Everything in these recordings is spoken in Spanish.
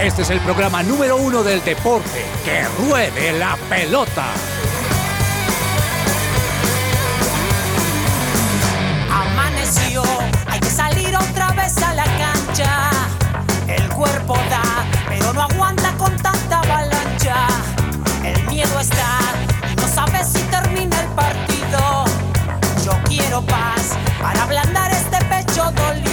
Este es el programa número 1 del deporte. ¡Que ruede la pelota! Amaneció, hay que salir otra vez a la cancha. El cuerpo da, pero no aguanta con tanta avalancha. El miedo está, y no sabes si termina el partido. Yo quiero paz para ablandar este pecho dolido.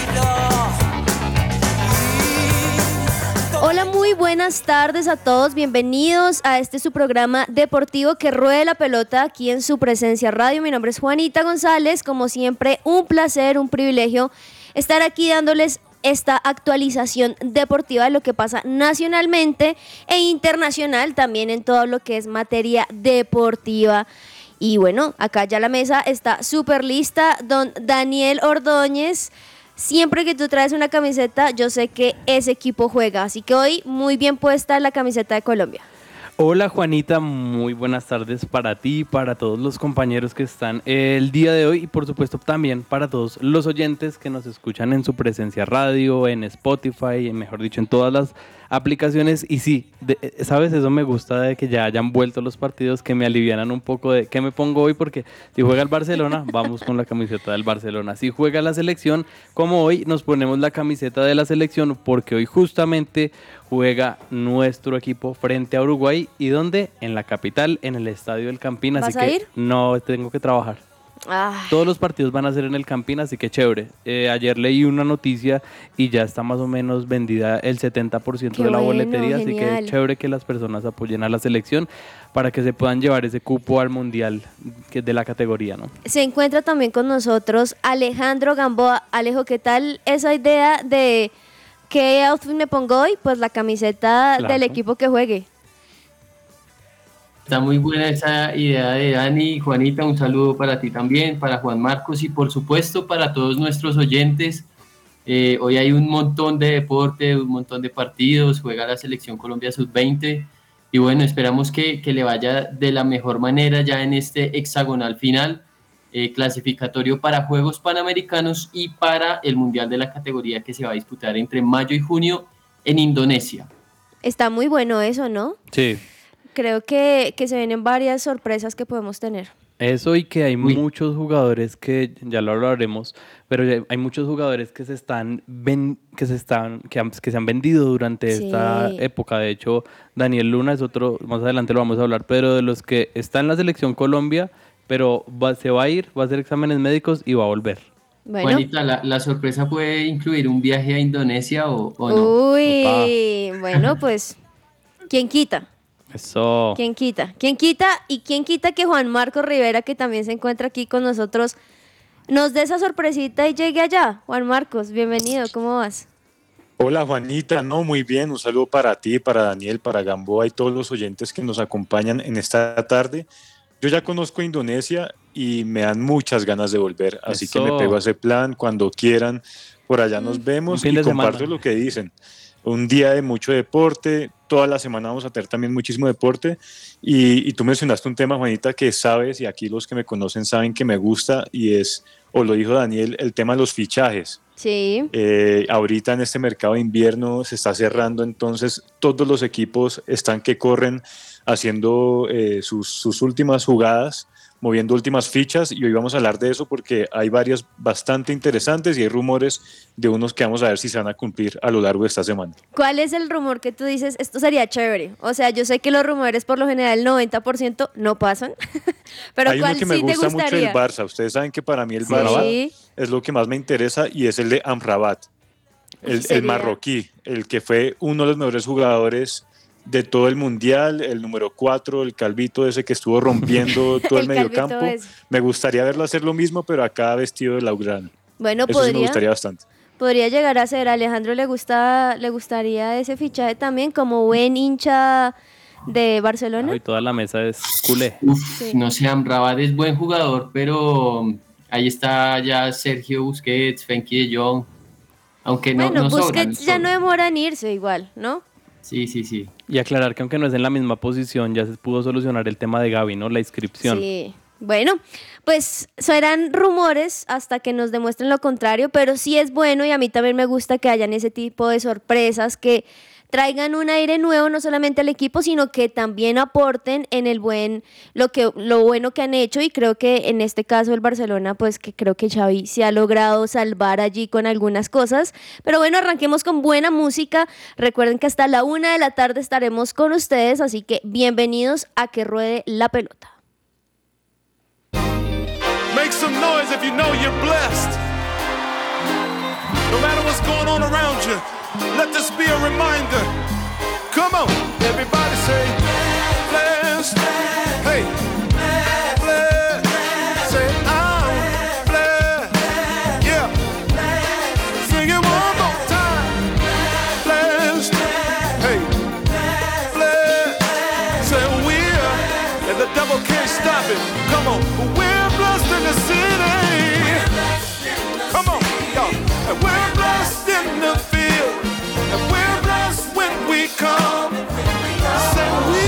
Hola, muy buenas tardes a todos, bienvenidos a su programa deportivo que ruede la pelota aquí en su presencia radio. Mi nombre es Juanita González, como siempre un placer, un privilegio estar aquí dándoles esta actualización deportiva de lo que pasa nacionalmente e internacional, también en todo lo que es materia deportiva. Y bueno, acá ya la mesa está súper lista, don Daniel Ordóñez. Siempre que tú traes una camiseta, yo sé que ese equipo juega, así que hoy muy bien puesta la camiseta de Colombia. Hola Juanita, muy buenas tardes para ti, para todos los compañeros que están el día de hoy y por supuesto también para todos los oyentes que nos escuchan en su presencia radio, en Spotify, mejor dicho, en todas las aplicaciones. Y sí, sabes, eso me gusta de que ya hayan vuelto los partidos, que me alivianan un poco de qué me pongo hoy, porque si juega el Barcelona, vamos con la camiseta del Barcelona. Si juega la selección, como hoy, nos ponemos la camiseta de la selección, porque hoy justamente juega nuestro equipo frente a Uruguay. ¿Y dónde? En la capital, en el Estadio del Campín. ¿Vas así a que ir? No, tengo que trabajar. Todos los partidos van a ser en el Campín, así que chévere. Ayer leí una noticia y ya está más o menos vendida el 70% de la boletería, genial. así que chévere que las personas apoyen a la selección para que se puedan llevar ese cupo al Mundial que es de la categoría, ¿no? Se encuentra también con nosotros Alejandro Gamboa. Alejo, ¿qué tal esa idea de qué outfit me pongo hoy? Pues la camiseta Claro. del equipo que juegue. Está muy buena esa idea de Dani. Juanita, un saludo para ti también, para Juan Marcos y por supuesto para todos nuestros oyentes. Hoy hay un montón de deporte, un montón de partidos, juega la Selección Colombia Sub-20 y bueno, esperamos que le vaya de la mejor manera ya en este hexagonal final, clasificatorio para Juegos Panamericanos y para el Mundial de la categoría que se va a disputar entre mayo y junio en Indonesia. Está muy bueno eso, ¿no? Sí. Creo que se vienen varias sorpresas que podemos tener. Eso y que hay Uy. muchos jugadores que, ya lo hablaremos, pero hay muchos jugadores que se han vendido durante Sí. esta época. De hecho, Daniel Luna es otro, más adelante lo vamos a hablar, pero de los que está en la Selección Colombia, pero se va a ir, va a hacer exámenes médicos y va a volver. Bueno. Juanita, la sorpresa puede incluir un viaje a Indonesia o no. Uy, bueno, pues, ¿quién quita? Eso. ¿Quién quita? ¿Quién quita? ¿Y quién quita que Juan Marcos Rivera, que también se encuentra aquí con nosotros, nos dé esa sorpresita y llegue allá? Juan Marcos, bienvenido, ¿cómo vas? Hola Juanita, no, muy bien, un saludo para ti, para Daniel, para Gamboa y todos los oyentes que nos acompañan en esta tarde. Yo ya conozco Indonesia y me dan muchas ganas de volver, así que me pego a ese plan, cuando quieran, por allá nos vemos fin y de comparto semana. lo que dicen. Un día de mucho deporte, toda la semana vamos a tener también muchísimo deporte y tú mencionaste un tema, Juanita, que sabes y aquí los que me conocen saben que me gusta y es, o lo dijo Daniel, el tema de los fichajes. Sí. Ahorita en este mercado de invierno se está cerrando, entonces todos los equipos están que corren haciendo sus últimas jugadas, moviendo últimas fichas y hoy vamos a hablar de eso porque hay varias bastante interesantes y hay rumores de unos que vamos a ver si se van a cumplir a lo largo de esta semana. ¿Cuál es el rumor que tú dices, esto sería chévere? O sea, yo sé que los rumores por lo general el 90% no pasan, pero hay ¿cuál uno que me sí te gusta mucho gustaría? del Barça, ustedes saben que para mí el Sí. Barça es lo que más me interesa y es el de Amrabat, el Sería- marroquí, el que fue uno de los mejores jugadores de todo el mundial, el número 4, el calvito ese que estuvo rompiendo todo el El calvito mediocampo. ese. Me gustaría verlo hacer lo mismo, pero acá vestido de Laurana. Bueno, Eso sí me gustaría bastante. podría llegar a ser. A Alejandro le gustaría ese fichaje también como buen hincha de Barcelona. Hoy toda la mesa es culé. Sí. No sé, Amrabat es buen jugador, pero ahí está ya Sergio Busquets, Frenkie de Jong, aunque no, Bueno, no sobran. Busquets ya no demora en irse igual, ¿no? Sí, sí, sí. Y aclarar que aunque no es en la misma posición, ya se pudo solucionar el tema de Gavi, ¿no? La inscripción. Sí. Bueno, pues serán rumores hasta que nos demuestren lo contrario, pero sí es bueno y a mí también me gusta que hayan ese tipo de sorpresas que traigan un aire nuevo no solamente al equipo, sino que también aporten en lo bueno que han hecho, y creo que en este caso el Barcelona, pues que creo que Xavi se ha logrado salvar allí con algunas cosas. Pero bueno, arranquemos con buena música. Recuerden que hasta la 1 de la tarde estaremos con ustedes, así que bienvenidos a Que Ruede la Pelota. Make some noise if you know you're blessed. No matter what's going on around you, let this be a reminder. Come on, everybody say, blessed. Hey, blessed. Say, I'm blessed. Yeah. Sing it one more time. Blessed. Hey, blessed. Say, we're, and the devil can't stop it. Come on, we're blessed in the city. Come on, y'all. And we're blessed in the field. And we're blessed when we come. Say we.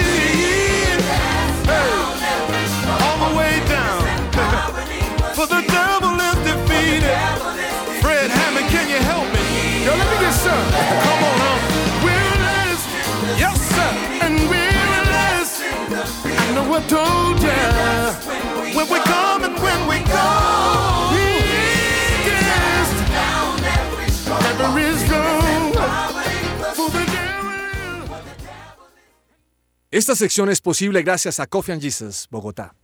Hey, all the way down. For the devil is defeated. Fred Hammond, can you help me? Yo, let me get some. Come on, huh? We're blessed. Yes, sir. And we're blessed. I know I told ya. When we come and when we go. Esta sección es posible gracias a Coffee & Jesus, Bogotá.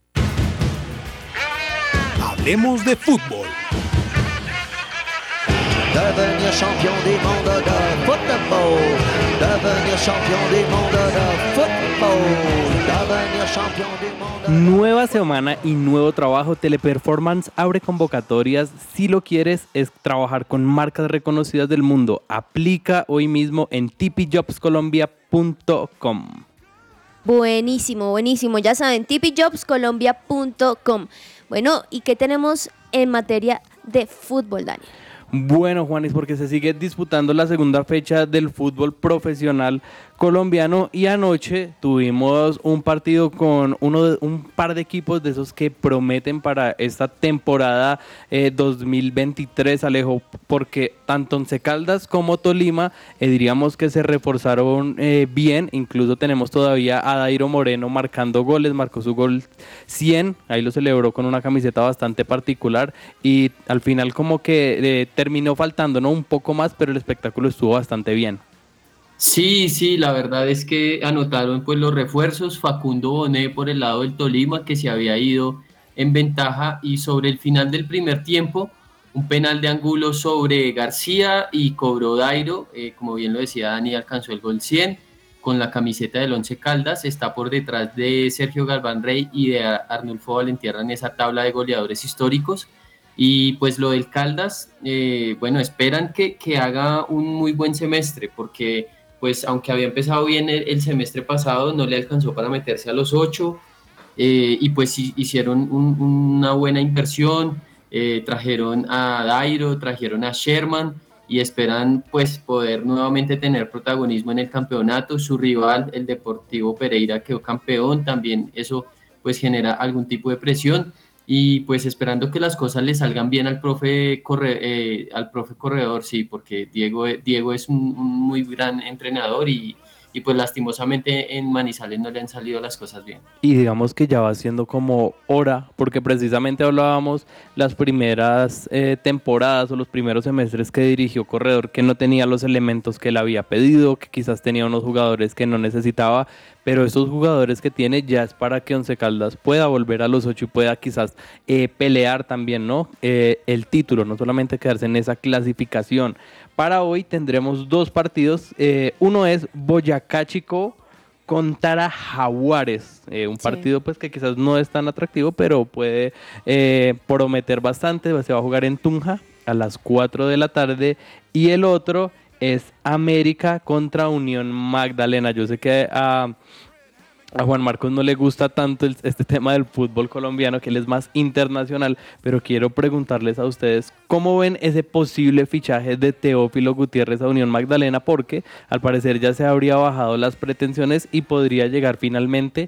Hablemos de fútbol. Devenir champion du monde de football. Devenir champion du monde de football. Devenir champion du monde. Nueva semana y nuevo trabajo. Teleperformance abre convocatorias. Si lo quieres, es trabajar con marcas reconocidas del mundo. Aplica hoy mismo en tipijobscolombia.com. Buenísimo, buenísimo. Ya saben, tipijobscolombia.com. Bueno, ¿y qué tenemos en materia de fútbol, Daniel? Bueno, Juanis, porque se sigue disputando la segunda fecha del fútbol profesional colombiano y anoche tuvimos un partido con un par de equipos de esos que prometen para esta temporada 2023, Alejo, porque tanto Once Caldas como Tolima diríamos que se reforzaron bien. Incluso tenemos todavía a Dairo Moreno marcando goles, marcó su gol 100, ahí lo celebró con una camiseta bastante particular y al final como que terminó faltando, ¿no? Un poco más, pero el espectáculo estuvo bastante bien. Sí, la verdad es que anotaron pues los refuerzos. Facundo Bonet por el lado del Tolima, que se había ido en ventaja, y sobre el final del primer tiempo un penal de Angulo sobre García y cobró Dairo, como bien lo decía Dani, alcanzó el gol 100 con la camiseta del Once Caldas, está por detrás de Sergio Galván Rey y de Arnulfo Valentierra en esa tabla de goleadores históricos. Y pues lo del Caldas, bueno, esperan que haga un muy buen semestre, porque pues aunque había empezado bien el semestre pasado, no le alcanzó para meterse a los 8, y pues hicieron una buena inversión, trajeron a Dairo, trajeron a Sherman, y esperan pues poder nuevamente tener protagonismo en el campeonato. Su rival, el Deportivo Pereira, quedó campeón, también eso pues genera algún tipo de presión. Y pues esperando que las cosas le salgan bien al profe Corredor, sí, porque Diego es un muy gran entrenador y pues lastimosamente en Manizales no le han salido las cosas bien. Y digamos que ya va siendo como hora, porque precisamente hablábamos las primeras temporadas o los primeros semestres que dirigió Corredor, que no tenía los elementos que él había pedido, que quizás tenía unos jugadores que no necesitaba, pero esos jugadores que tiene ya es para que Once Caldas pueda volver a los 8 y pueda quizás pelear también, ¿no? El título, no solamente quedarse en esa clasificación. Para hoy tendremos dos partidos, uno es Boyacá Chico contra Jaguares, un partido pues que quizás no es tan atractivo, pero puede prometer bastante. Se va a jugar en Tunja a las 4 de la tarde, y el otro es América contra Unión Magdalena. Yo sé que a Juan Marcos no le gusta tanto este tema del fútbol colombiano, que él es más internacional, pero quiero preguntarles a ustedes cómo ven ese posible fichaje de Teófilo Gutiérrez a Unión Magdalena, porque al parecer ya se habría bajado las pretensiones y podría llegar finalmente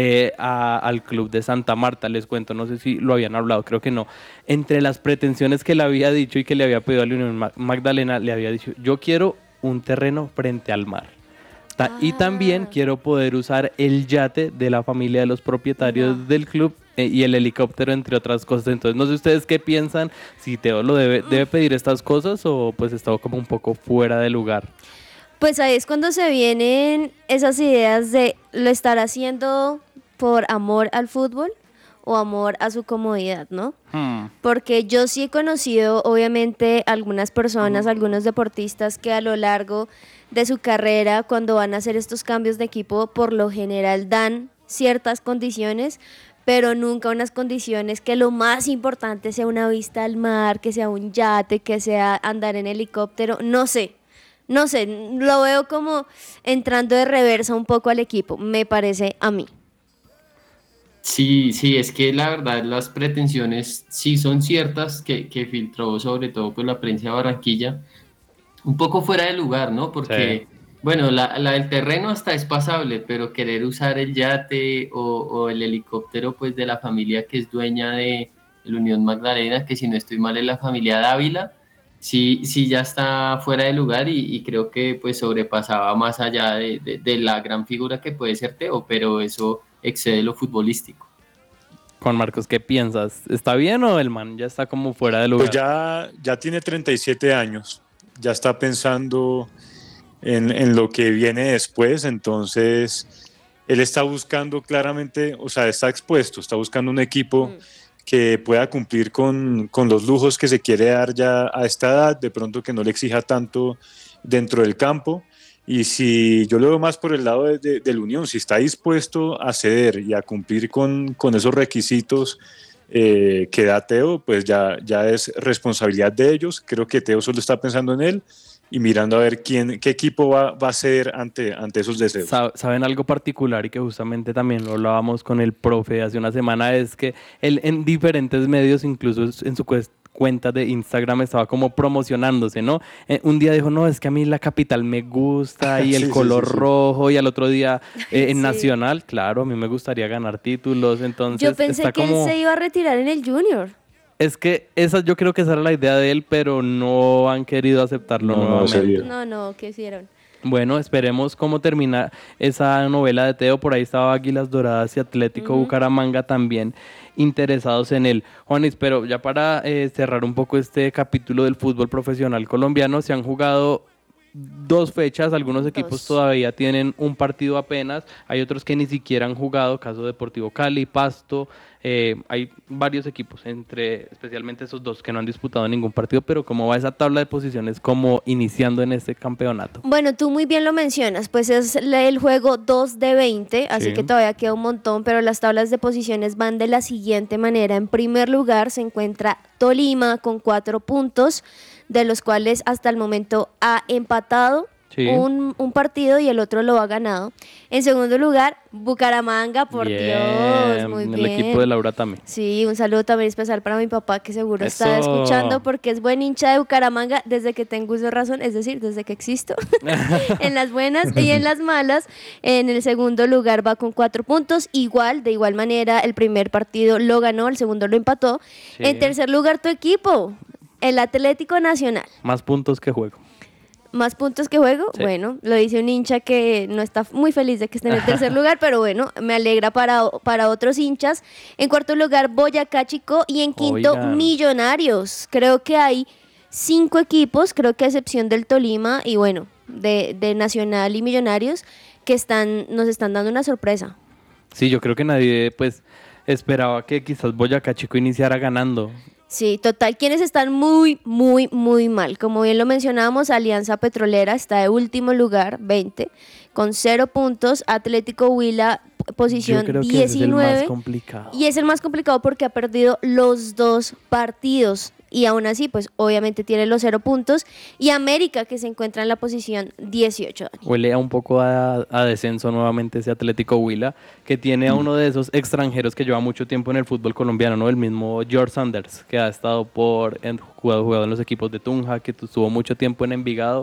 al club de Santa Marta. Les cuento, no sé si lo habían hablado, creo que no. Entre las pretensiones que le había dicho y que le había pedido a la Unión Magdalena, le había dicho: yo quiero un terreno frente al mar. Y también quiero poder usar el yate de la familia de los propietarios del club y el helicóptero, entre otras cosas. Entonces, no sé ustedes qué piensan, si Teo lo debe pedir estas cosas o pues está como un poco fuera de lugar. Pues ahí es cuando se vienen esas ideas de lo estar haciendo por amor al fútbol o amor a su comodidad, ¿no? Porque yo sí he conocido, obviamente, algunas personas, algunos deportistas que a lo largo de su carrera, cuando van a hacer estos cambios de equipo, por lo general dan ciertas condiciones, pero nunca unas condiciones que lo más importante sea una vista al mar, que sea un yate, que sea andar en helicóptero, no sé, lo veo como entrando de reversa un poco al equipo, me parece a mí. Sí, es que la verdad las pretensiones sí son ciertas que filtró sobre todo pues la prensa de Barranquilla, un poco fuera de lugar, ¿no? Porque, bueno, la del terreno hasta es pasable, pero querer usar el yate o el helicóptero pues de la familia que es dueña de el Unión Magdalena, que si no estoy mal es la familia Dávila, sí ya está fuera de lugar y creo que pues sobrepasaba más allá de la gran figura que puede ser Teo, pero eso excede lo futbolístico. Juan Marcos, ¿qué piensas? ¿Está bien o el man ya está como fuera de lugar? Pues ya tiene 37 años, ya está pensando en lo que viene después, entonces él está buscando claramente, o sea, está expuesto, está buscando un equipo que pueda cumplir con los lujos que se quiere dar ya a esta edad, de pronto que no le exija tanto dentro del campo. Y si yo lo veo más por el lado de la Unión, si está dispuesto a ceder y a cumplir con esos requisitos que da Teo, pues ya es responsabilidad de ellos. Creo que Teo solo está pensando en él y mirando a ver qué equipo va a ceder ante esos deseos. ¿Saben algo particular y que justamente también lo hablábamos con el profe hace una semana? Es que él en diferentes medios, incluso en su cuenta de Instagram, estaba como promocionándose, ¿no? Un día dijo, no, es que a mí la capital me gusta y el color rojo, y al otro día en Nacional, claro, a mí me gustaría ganar títulos, entonces yo pensé está que como... él se iba a retirar en el Junior. Es que yo creo que esa era la idea de él, pero no han querido aceptarlo nuevamente. No, ¿qué hicieron? Bueno, esperemos cómo termina esa novela de Teo. Por ahí estaba Águilas Doradas y Atlético Bucaramanga también interesados en él. Juanis, pero ya para cerrar un poco este capítulo del fútbol profesional colombiano, se han jugado 2 fechas, algunos equipos todavía tienen un partido apenas, hay otros que ni siquiera han jugado, caso Deportivo Cali, Pasto, hay varios equipos, especialmente esos 2 que no han disputado ningún partido, pero ¿cómo va esa tabla de posiciones como iniciando en este campeonato? Bueno, tú muy bien lo mencionas, pues es el juego 2 de 20, así que todavía queda un montón, pero las tablas de posiciones van de la siguiente manera. En primer lugar se encuentra Tolima con 4 puntos, de los cuales hasta el momento ha empatado un partido y el otro lo ha ganado. En segundo lugar, Bucaramanga, por Dios, muy bien. El equipo de Laura también. Sí, un saludo también especial para mi papá, que seguro está escuchando, porque es buen hincha de Bucaramanga desde que tengo uso de razón, es decir, desde que existo, en las buenas y en las malas. En el segundo lugar va con 4 puntos, de igual manera, el primer partido lo ganó, el segundo lo empató. En tercer lugar, tu equipo, el Atlético Nacional. Más puntos que juego. ¿Más puntos que juego? Sí. Bueno, lo dice un hincha que no está muy feliz de que esté en el tercer lugar, pero bueno, me alegra para otros hinchas. En cuarto lugar, Boyacá Chico, y en quinto, Millonarios. Creo que hay 5 equipos, creo que a excepción del Tolima y bueno, de Nacional y Millonarios, que nos están dando una sorpresa. Sí, yo creo que nadie pues esperaba que quizás Boyacá Chico iniciara ganando. Sí, total, quienes están muy, muy, muy mal. Como bien lo mencionábamos, Alianza Petrolera está de último lugar, 20, con 0 puntos. Atlético Huila, posición 19. Es el más complicado. Y es el más complicado porque ha perdido los 2 partidos. Y aún así, pues obviamente tiene los 0 puntos. Y América, que se encuentra en la posición 18. Huele a un poco a descenso nuevamente ese Atlético Huila, que tiene a uno de esos extranjeros que lleva mucho tiempo en el fútbol colombiano, ¿no? El mismo George Sanders, que ha estado jugado en los equipos de Tunja, que estuvo mucho tiempo en Envigado,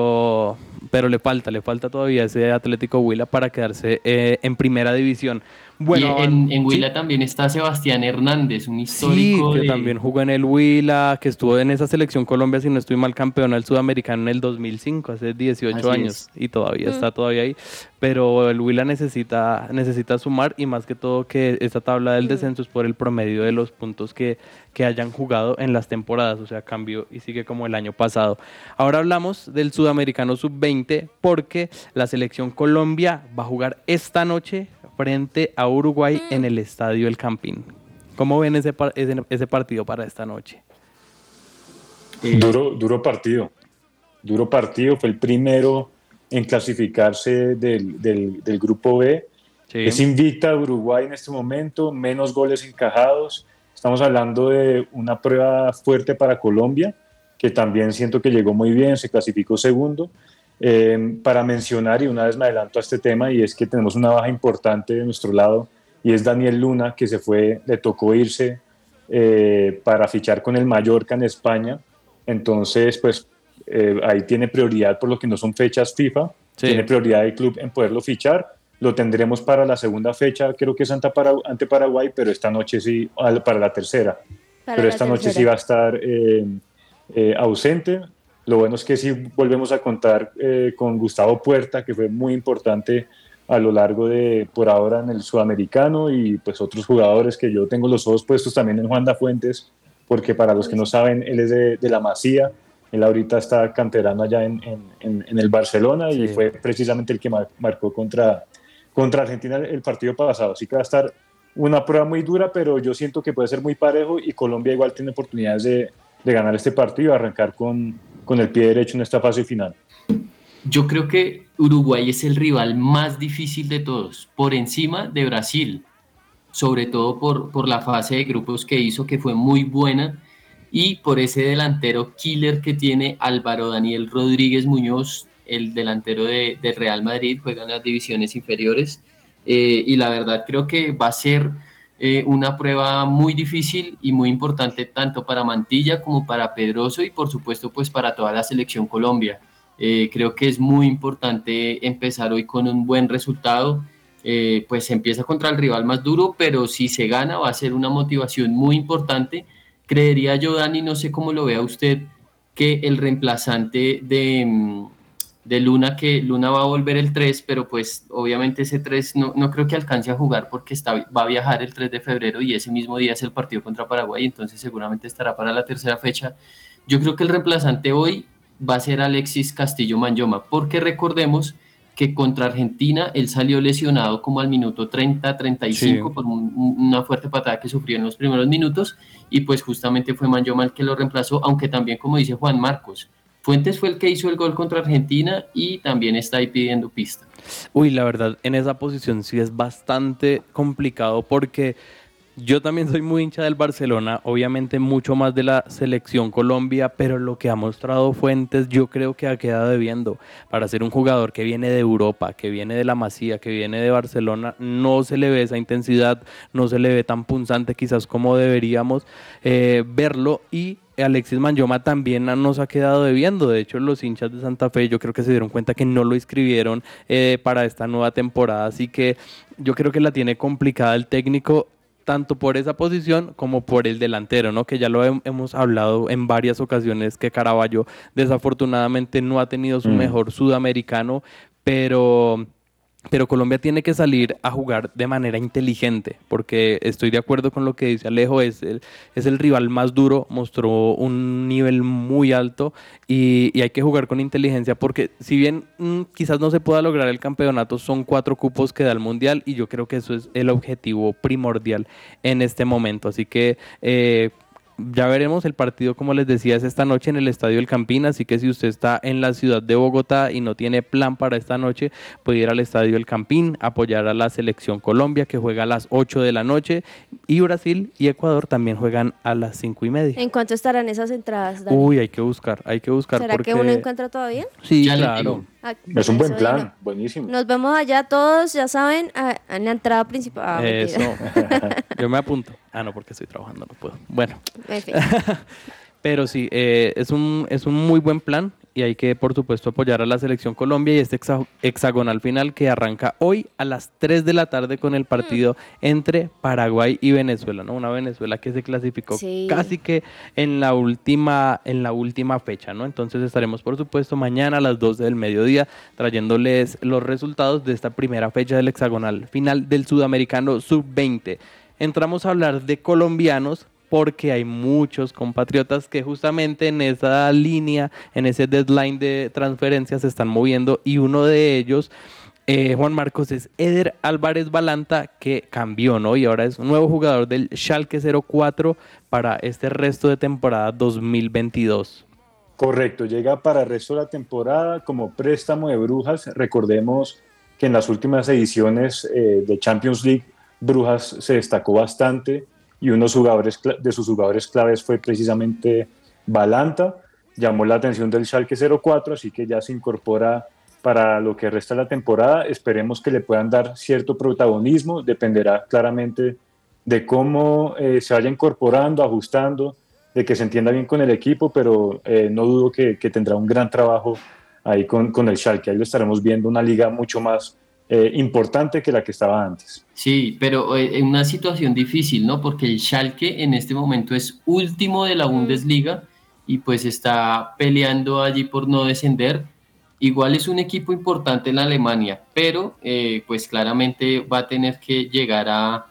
pero le falta todavía ese Atlético Huila para quedarse en primera división. Bueno, y en sí. Huila también está Sebastián Hernández, un Sí, histórico que de... también jugó en el Huila, que estuvo en esa selección Colombia, si no estoy mal, campeón del sudamericano en el 2005, hace 18 Así años, es. y todavía está todavía ahí. Pero el Huila necesita sumar, y más que todo que esta tabla del descenso es por el promedio de los puntos que hayan jugado en las temporadas, o sea, cambio y sigue como el año pasado. Ahora hablamos del sudamericano sub-20 porque la selección Colombia va a jugar esta noche frente a Uruguay en el Estadio El Campín. ¿Cómo ven ese partido para esta noche? Duro partido. Duro partido. Fue el primero en clasificarse del grupo B. Sí. Es invicta Uruguay en este momento, menos goles encajados. Estamos hablando de una prueba fuerte para Colombia, que también siento que llegó muy bien, se clasificó segundo. Para mencionar, y una vez me adelanto a este tema, y es que tenemos una baja importante de nuestro lado, y es Daniel Luna, que se fue, le tocó irse para fichar con el Mallorca en España. Entonces, pues ahí tiene prioridad, por lo que no son fechas FIFA, Sí. tiene prioridad el club en poderlo fichar. Lo tendremos para la segunda fecha, creo que es ante Paraguay, pero esta noche sí, para la tercera. Pero esta noche sí va a estar ausente. Lo bueno es que sí volvemos a contar con Gustavo Puerta, que fue muy importante a lo largo de, por ahora, en el sudamericano, y pues otros jugadores que yo tengo los ojos puestos también en Juanda Fuentes, porque para los que no saben, él es de la Masía. Él ahorita está canterano allá en el Barcelona, y Sí. fue precisamente el que marcó contra Argentina el partido pasado. Así que va a estar una prueba muy dura, pero yo siento que puede ser muy parejo, y Colombia igual tiene oportunidades de ganar este partido y arrancar con el pie derecho en esta fase final. Yo creo que Uruguay es el rival más difícil de todos, por encima de Brasil, sobre todo por la fase de grupos que hizo, que fue muy buena, y por ese delantero killer que tiene Álvaro Daniel Rodríguez Muñoz, el delantero de Real Madrid, juega en las divisiones inferiores, y la verdad creo que va a ser una prueba muy difícil y muy importante tanto para Mantilla como para Pedroso, y por supuesto pues para toda la selección Colombia. Creo que es muy importante empezar hoy con un buen resultado. Pues se empieza contra el rival más duro, pero si se gana va a ser una motivación muy importante. Creería yo, Dani, no sé cómo lo vea usted, que el reemplazante de Luna, que Luna va a volver el 3, pero pues obviamente ese 3 no creo que alcance a jugar porque va a viajar el 3 de febrero y ese mismo día es el partido contra Paraguay, entonces seguramente estará para la tercera fecha. Yo creo que el reemplazante hoy va a ser Alexis Castillo Manyoma, porque recordemos que contra Argentina él salió lesionado como al minuto 30-35 Sí. por una fuerte patada que sufrió en los primeros minutos, y pues justamente fue Manyoma el que lo reemplazó, aunque también, como dice Juan Marcos, Fuentes fue el que hizo el gol contra Argentina y también está ahí pidiendo pista. Uy, la verdad, en esa posición sí es bastante complicado porque yo también soy muy hincha del Barcelona, obviamente mucho más de la selección Colombia, pero lo que ha mostrado Fuentes yo creo que ha quedado debiendo. Para ser un jugador que viene de Europa, que viene de la Masía, que viene de Barcelona, no se le ve esa intensidad, no se le ve tan punzante quizás como deberíamos verlo, y Alexis Manyoma también nos ha quedado debiendo. De hecho, los hinchas de Santa Fe yo creo que se dieron cuenta que no lo inscribieron para esta nueva temporada, así que yo creo que la tiene complicada el técnico, tanto por esa posición como por el delantero, ¿no? Que ya lo hemos hablado en varias ocasiones, que Caraballo desafortunadamente no ha tenido su mejor sudamericano, pero Colombia tiene que salir a jugar de manera inteligente, porque estoy de acuerdo con lo que dice Alejo, es el rival más duro, mostró un nivel muy alto y hay que jugar con inteligencia, porque si bien quizás no se pueda lograr el campeonato, son 4 cupos que da el Mundial y yo creo que eso es el objetivo primordial en este momento, así que ya veremos. El partido, como les decía, es esta noche en el Estadio El Campín, así que si usted está en la ciudad de Bogotá y no tiene plan para esta noche, puede ir al Estadio El Campín, apoyar a la selección Colombia, que juega a las 8 de la noche, y Brasil y Ecuador también juegan a las 5:30. ¿En cuánto estarán esas entradas, Dani? Uí, hay que buscar ¿Será porque... que uno encuentra todavía? Sí, Ya le claro. digo. Ah, Es un buen eso plan, vino. buenísimo. Nos vemos allá todos, ya saben, en la entrada principal. Ah, Eso. mentira. Yo me apunto. Ah, no, porque estoy trabajando, no puedo. Bueno. En fin. Pero sí, es un muy buen plan y hay que, por supuesto, apoyar a la Selección Colombia y este hexagonal final que arranca hoy a las 3 de la tarde con el partido entre Paraguay y Venezuela, ¿no? Una Venezuela que se clasificó casi que en la última fecha, ¿no? Entonces estaremos, por supuesto, mañana a las 12 del mediodía trayéndoles los resultados de esta primera fecha del hexagonal final del Sudamericano Sub-20. Entramos a hablar de colombianos porque hay muchos compatriotas que justamente en esa línea, en ese deadline de transferencias se están moviendo, y uno de ellos, Juan Marcos, es Eder Álvarez Balanta, que cambió, ¿no? Y ahora es un nuevo jugador del Schalke 04 para este resto de temporada 2022. Correcto, llega para el resto de la temporada como préstamo de Brujas. Recordemos que en las últimas ediciones de Champions League, Brujas se destacó bastante y uno de sus jugadores claves fue precisamente Balanta. Llamó la atención del Schalke 04, así que ya se incorpora para lo que resta de la temporada. Esperemos que le puedan dar cierto protagonismo, dependerá claramente de cómo se vaya incorporando, ajustando, de que se entienda bien con el equipo, pero no dudo que tendrá un gran trabajo ahí con el Schalke. Ahí lo estaremos viendo, una liga mucho más importante que la que estaba antes. Sí, pero en una situación difícil, ¿no? Porque el Schalke en este momento es último de la Bundesliga y pues está peleando allí por no descender. Igual es un equipo importante en Alemania, pero pues claramente va a tener que llegar a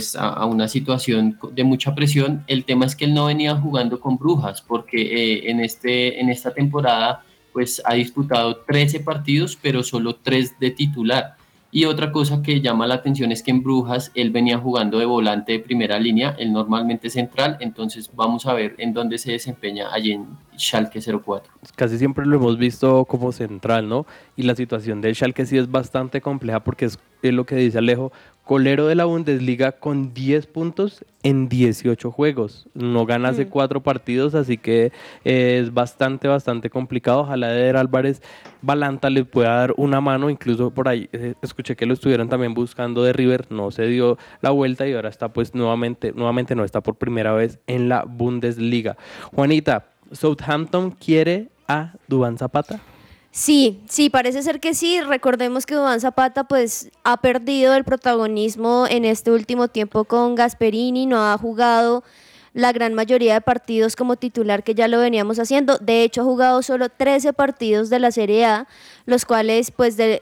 una situación de mucha presión. El tema es que él no venía jugando con Brujas, porque en esta temporada pues ha disputado 13 partidos, pero solo 3 de titular. Y otra cosa que llama la atención es que en Brujas él venía jugando de volante de primera línea, él normalmente central, entonces vamos a ver en dónde se desempeña allí en Schalke 04. Casi siempre lo hemos visto como central, ¿no? Y la situación del Schalke sí es bastante compleja porque es lo que dice Alejo, colero de la Bundesliga con 10 puntos en 18 juegos. No gana hace 4 partidos, así que es bastante complicado. Ojalá Eder Álvarez Balanta le pueda dar una mano. Incluso por ahí escuché que lo estuvieron también buscando de River, no se dio la vuelta y ahora está pues nuevamente no, está por primera vez en la Bundesliga. Juanita, ¿Southampton quiere a Duván Zapata? Sí, parece ser que sí. Recordemos que Duván Zapata pues ha perdido el protagonismo en este último tiempo con Gasperini, no ha jugado la gran mayoría de partidos como titular, que ya lo veníamos haciendo. De hecho, ha jugado solo 13 partidos de la Serie A, los cuales pues de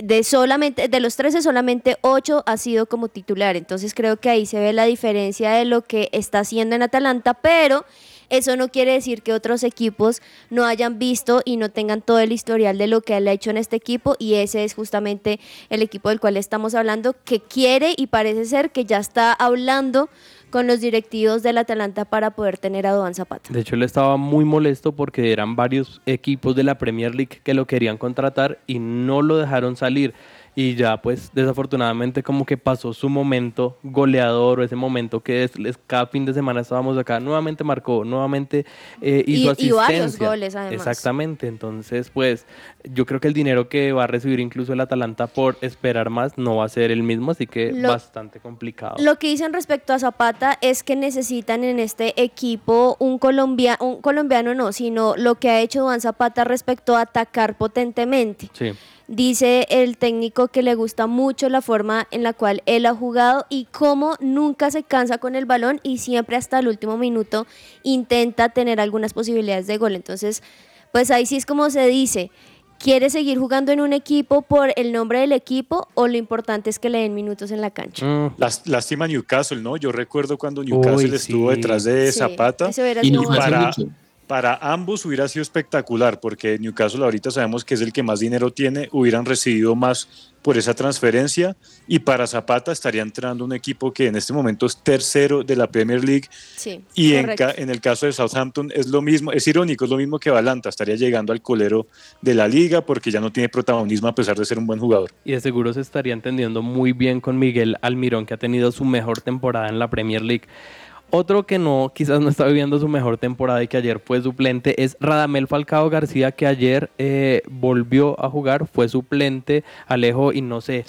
los 13 solamente 8 ha sido como titular. Entonces creo que ahí se ve la diferencia de lo que está haciendo en Atalanta, pero eso no quiere decir que otros equipos no hayan visto y no tengan todo el historial de lo que él ha hecho en este equipo, y ese es justamente el equipo del cual estamos hablando, que quiere y parece ser que ya está hablando con los directivos del Atalanta para poder tener a Duván Zapata. De hecho, él estaba muy molesto porque eran varios equipos de la Premier League que lo querían contratar y no lo dejaron salir. Y ya pues desafortunadamente como que pasó su momento goleador, o ese momento que cada fin de semana estábamos acá, nuevamente marcó, nuevamente hizo asistencia. Y varios goles además. Exactamente, entonces pues yo creo que el dinero que va a recibir incluso el Atalanta por esperar más no va a ser el mismo, así que bastante complicado. Lo que dicen respecto a Zapata es que necesitan en este equipo un colombiano no, sino lo que ha hecho Duván Zapata respecto a atacar potentemente. Sí. Dice el técnico que le gusta mucho la forma en la cual él ha jugado y cómo nunca se cansa con el balón y siempre hasta el último minuto intenta tener algunas posibilidades de gol. Entonces, pues ahí sí es como se dice, ¿quiere seguir jugando en un equipo por el nombre del equipo o lo importante es que le den minutos en la cancha? Lástima Newcastle, ¿no? Yo recuerdo cuando Newcastle estuvo detrás de Zapata y no hace mucho. Para ambos hubiera sido espectacular, porque Newcastle ahorita sabemos que es el que más dinero tiene, hubieran recibido más por esa transferencia, y para Zapata estaría entrando un equipo que en este momento es tercero de la Premier League, sí, y en el caso de Southampton es lo mismo, es irónico, es lo mismo que Balanta, estaría llegando al colero de la liga porque ya no tiene protagonismo a pesar de ser un buen jugador. Y de seguro se estaría entendiendo muy bien con Miguel Almirón, que ha tenido su mejor temporada en la Premier League. Otro que quizás no está viviendo su mejor temporada y que ayer fue suplente es Radamel Falcao García, que ayer volvió a jugar, fue suplente, Alejo, y no sé,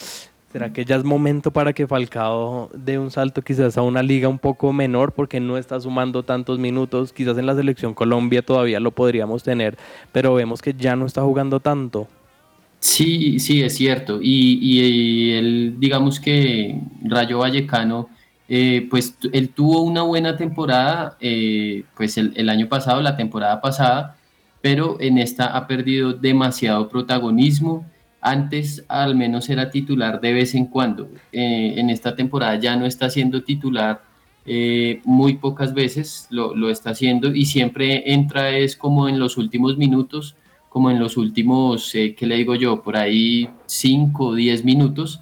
¿Será que ya es momento para que Falcao dé un salto quizás a una liga un poco menor porque no está sumando tantos minutos? Quizás en la selección Colombia todavía lo podríamos tener, pero vemos que ya no está jugando tanto. Sí, sí, es cierto. Y él, digamos que Rayo Vallecano, pues él tuvo una buena temporada, pues el año pasado, la temporada pasada, pero en esta ha perdido demasiado protagonismo. Antes al menos era titular de vez en cuando. En esta temporada ya no está siendo titular, muy pocas veces lo está haciendo y siempre entra es como en los últimos minutos, como en los últimos, ¿qué le digo yo? Por ahí 5 o 10 minutos.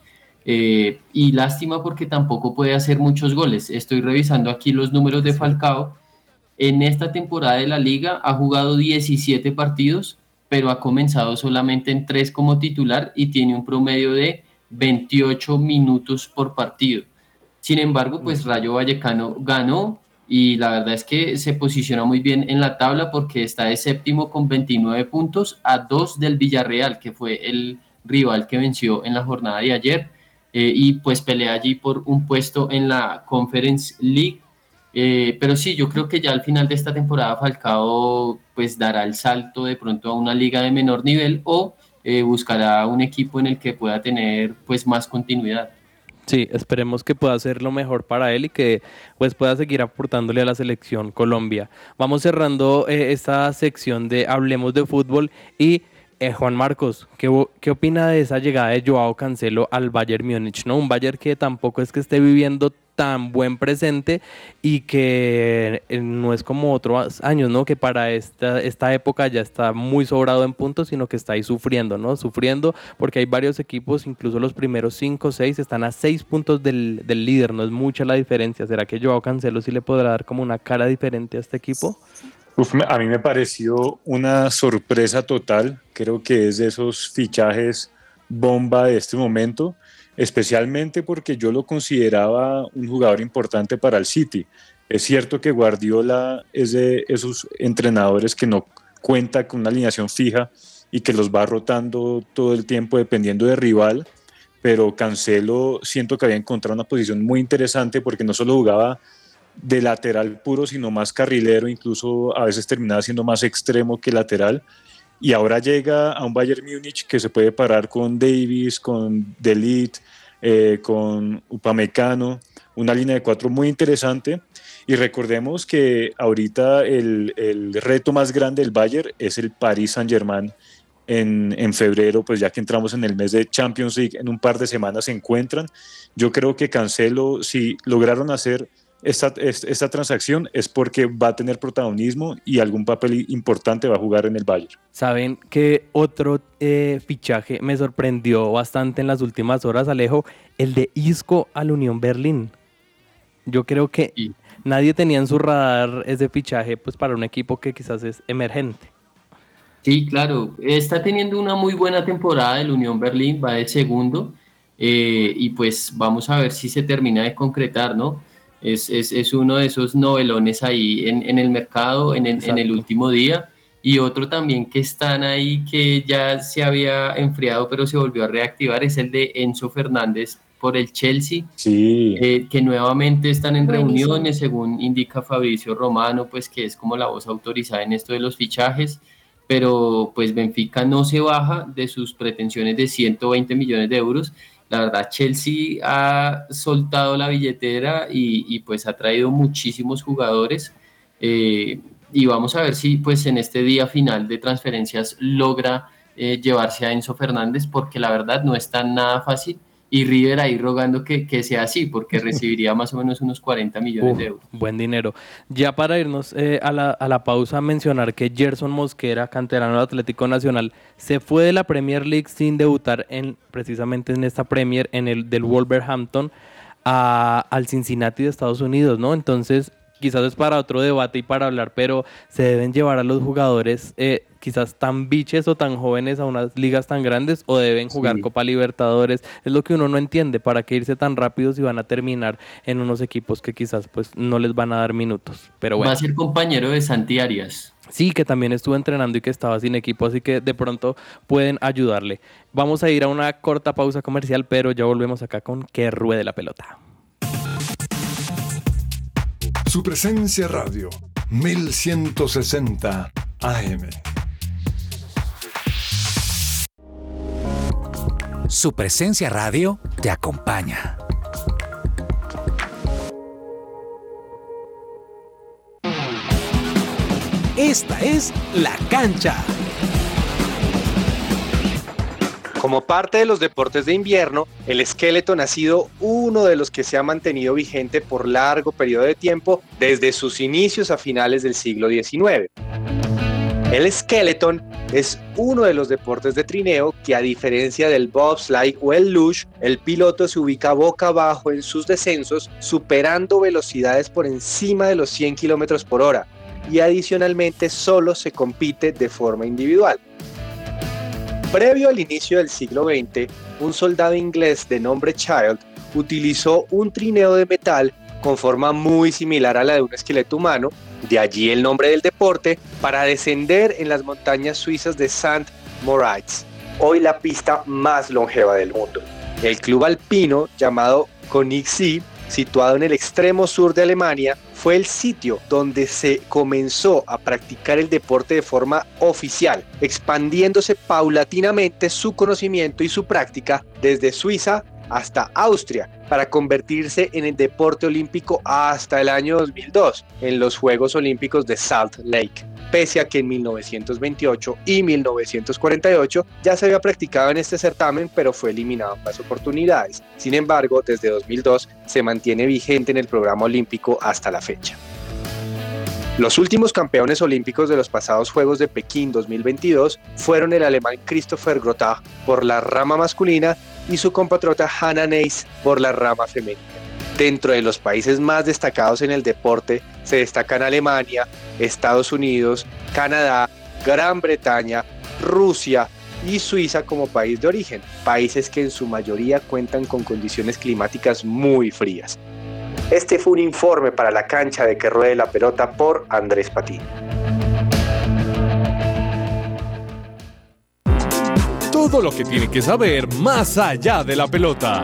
Y lástima porque tampoco puede hacer muchos goles. Estoy revisando aquí los números de Falcao. En esta temporada de la liga ha jugado 17 partidos, pero ha comenzado solamente en 3 como titular y tiene un promedio de 28 minutos por partido. Sin embargo, pues Rayo Vallecano ganó y la verdad es que se posiciona muy bien en la tabla porque está de séptimo con 29 puntos a 2 del Villarreal, que fue el rival que venció en la jornada de ayer, y pues pelea allí por un puesto en la Conference League. Pero sí, yo creo que ya al final de esta temporada Falcao pues dará el salto de pronto a una liga de menor nivel o buscará un equipo en el que pueda tener pues más continuidad. Sí, esperemos que pueda ser lo mejor para él y que pues pueda seguir aportándole a la selección Colombia. Vamos cerrando esta sección de Hablemos de Fútbol y Juan Marcos, ¿qué opina de esa llegada de Joao Cancelo al Bayern Múnich? ¿No? Un Bayern que tampoco es que esté viviendo tan buen presente y que no es como otros años, ¿no? Que para esta época ya está muy sobrado en puntos, sino que está ahí sufriendo, ¿no? Sufriendo porque hay varios equipos, incluso los primeros 5 o 6 están a 6 puntos del líder, no es mucha la diferencia. ¿Será que Joao Cancelo sí le podrá dar como una cara diferente a este equipo? A mí me pareció una sorpresa total. Creo que es de esos fichajes bomba de este momento, especialmente porque yo lo consideraba un jugador importante para el City. Es cierto que Guardiola es de esos entrenadores que no cuenta con una alineación fija y que los va rotando todo el tiempo dependiendo del rival, pero Cancelo siento que había encontrado una posición muy interesante porque no solo jugaba de lateral puro, sino más carrilero, incluso a veces terminaba siendo más extremo que lateral. Y ahora llega a un Bayern Múnich que se puede parar con Davies, con De Ligt, con Upamecano, una línea de 4 muy interesante. Y recordemos que ahorita el reto más grande del Bayern es el Paris Saint-Germain en febrero, pues ya que entramos en el mes de Champions League, en un par de semanas se encuentran. Yo creo que Cancelo, si lograron hacer esta transacción es porque va a tener protagonismo y algún papel importante va a jugar en el Bayern. Saben que otro fichaje me sorprendió bastante en las últimas horas, Alejo, el de Isco al Unión Berlín. Yo creo que nadie tenía en su radar ese fichaje pues para un equipo que quizás es emergente. Sí, claro, está teniendo una muy buena temporada el Unión Berlín, va de segundo, y pues vamos a ver si se termina de concretar, ¿no? Es uno de esos novelones ahí en el mercado, en el último día, y otro también que están ahí que ya se había enfriado pero se volvió a reactivar, es el de Enzo Fernández por el Chelsea, sí. Que nuevamente están en Buenísimo. reuniones, según indica Fabricio Romano, pues que es como la voz autorizada en esto de los fichajes, pero pues Benfica no se baja de sus pretensiones de 120 millones de euros. La verdad, Chelsea ha soltado la billetera y pues ha traído muchísimos jugadores, y vamos a ver si pues en este día final de transferencias logra llevarse a Enzo Fernández, porque la verdad no es tan nada fácil y River ahí rogando que sea así, porque recibiría más o menos unos 40 millones de euros. Buen dinero. Ya para irnos a la pausa, mencionar que Gerson Mosquera, canterano del Atlético Nacional, se fue de la Premier League sin debutar precisamente en esta Premier, en el del Wolverhampton, al Cincinnati de Estados Unidos, ¿no? Entonces, quizás es para otro debate y para hablar, pero se deben llevar a los jugadores quizás tan biches o tan jóvenes a unas ligas tan grandes, o deben jugar Copa Libertadores. Es lo que uno no entiende, ¿para qué irse tan rápido si van a terminar en unos equipos que quizás pues no les van a dar minutos? Pero bueno. Va a ser compañero de Santi Arias. Sí, que también estuvo entrenando y que estaba sin equipo, así que de pronto pueden ayudarle. Vamos a ir a una corta pausa comercial, pero ya volvemos acá con Que Ruede la Pelota. Su presencia radio, 1160 AM. Su presencia radio te acompaña. Esta es La Cancha. Como parte de los deportes de invierno, el skeleton ha sido uno de los que se ha mantenido vigente por largo periodo de tiempo desde sus inicios a finales del siglo XIX. El skeleton es uno de los deportes de trineo que, a diferencia del bobsleigh o el luge, el piloto se ubica boca abajo en sus descensos, superando velocidades por encima de los 100 km por hora, y adicionalmente solo se compite de forma individual. Previo al inicio del siglo XX, un soldado inglés de nombre Child utilizó un trineo de metal con forma muy similar a la de un esqueleto humano, de allí el nombre del deporte, para descender en las montañas suizas de St. Moritz, hoy la pista más longeva del mundo. El club alpino llamado Königssee, situado en el extremo sur de Alemania, fue el sitio donde se comenzó a practicar el deporte de forma oficial, expandiéndose paulatinamente su conocimiento y su práctica desde Suiza hasta Austria, para convertirse en el deporte olímpico hasta el año 2002, en los Juegos Olímpicos de Salt Lake, pese a que en 1928 y 1948 ya se había practicado en este certamen, pero fue eliminado en más oportunidades. Sin embargo, desde 2002 se mantiene vigente en el programa olímpico hasta la fecha. Los últimos campeones olímpicos de los pasados Juegos de Pekín 2022 fueron el alemán Christopher Grottag por la rama masculina y su compatriota Hannah Neis por la rama femenina. Dentro de los países más destacados en el deporte se destacan Alemania, Estados Unidos, Canadá, Gran Bretaña, Rusia y Suiza como país de origen, países que en su mayoría cuentan con condiciones climáticas muy frías. Este fue un informe para La Cancha de Que Ruede la Pelota por Andrés Patín. Todo lo que tiene que saber más allá de la pelota.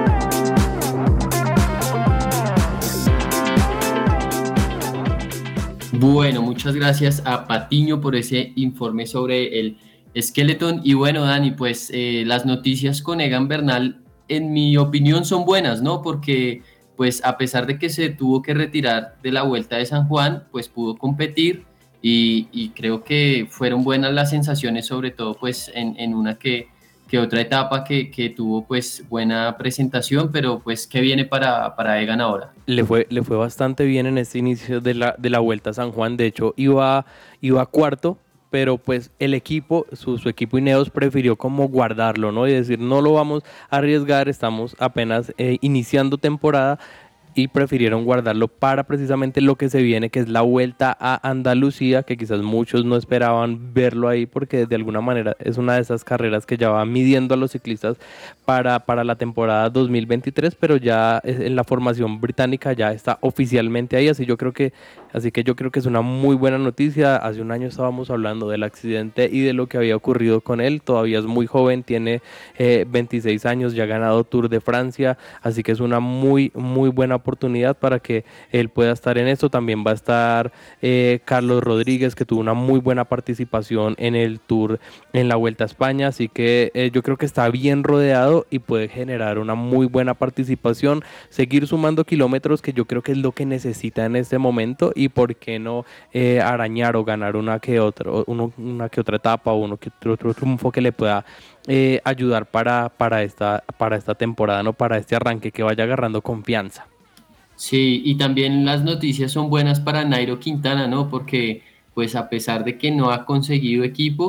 Bueno, muchas gracias a Patiño por ese informe sobre el skeleton. Y bueno, Dani, pues las noticias con Egan Bernal, en mi opinión, son buenas, ¿no? Porque pues a pesar de que se tuvo que retirar de la Vuelta de San Juan, pues pudo competir y creo que fueron buenas las sensaciones, sobre todo pues en una que otra etapa que tuvo pues buena presentación, pero pues ¿qué viene para Egan ahora? Le fue bastante bien en este inicio de la Vuelta a San Juan. De hecho iba cuarto, pero pues el equipo, su equipo Ineos prefirió como guardarlo, ¿no? Y decir, no lo vamos a arriesgar, estamos apenas iniciando temporada, y prefirieron guardarlo para precisamente lo que se viene, que es la Vuelta a Andalucía, que quizás muchos no esperaban verlo ahí, porque de alguna manera es una de esas carreras que ya va midiendo a los ciclistas para la temporada 2023, pero ya en la formación británica ya está oficialmente ahí, así que yo creo que es una muy buena noticia. Hace un año estábamos hablando del accidente y de lo que había ocurrido con él. Todavía es muy joven, tiene 26 años, ya ha ganado Tour de Francia, así que es una muy, muy buena oportunidad para que él pueda estar en esto. También va a estar Carlos Rodríguez, que tuvo una muy buena participación en el Tour en la Vuelta a España, así que yo creo que está bien rodeado y puede generar una muy buena participación, seguir sumando kilómetros, que yo creo que es lo que necesita en este momento, y por qué no arañar o ganar una que otra etapa o uno que otro triunfo que le pueda ayudar para esta temporada, ¿no? Para este arranque, que vaya agarrando confianza. Sí, y también las noticias son buenas para Nairo Quintana, ¿no? Porque pues a pesar de que no ha conseguido equipo,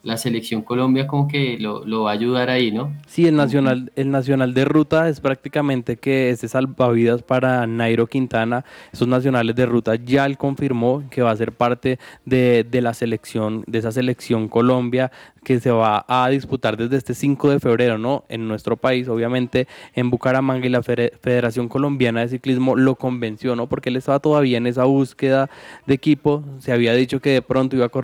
la selección Colombia como que lo va a ayudar ahí, ¿no? Sí, el nacional de ruta es prácticamente que este salvavidas para Nairo Quintana. Esos nacionales de ruta ya él confirmó que va a ser parte de la selección, de esa selección Colombia que se va a disputar desde este 5 de febrero, ¿no? En nuestro país, obviamente en Bucaramanga, y la Federación Colombiana de Ciclismo lo convenció, ¿no? Porque él estaba todavía en esa búsqueda de equipo. Se había dicho que de pronto iba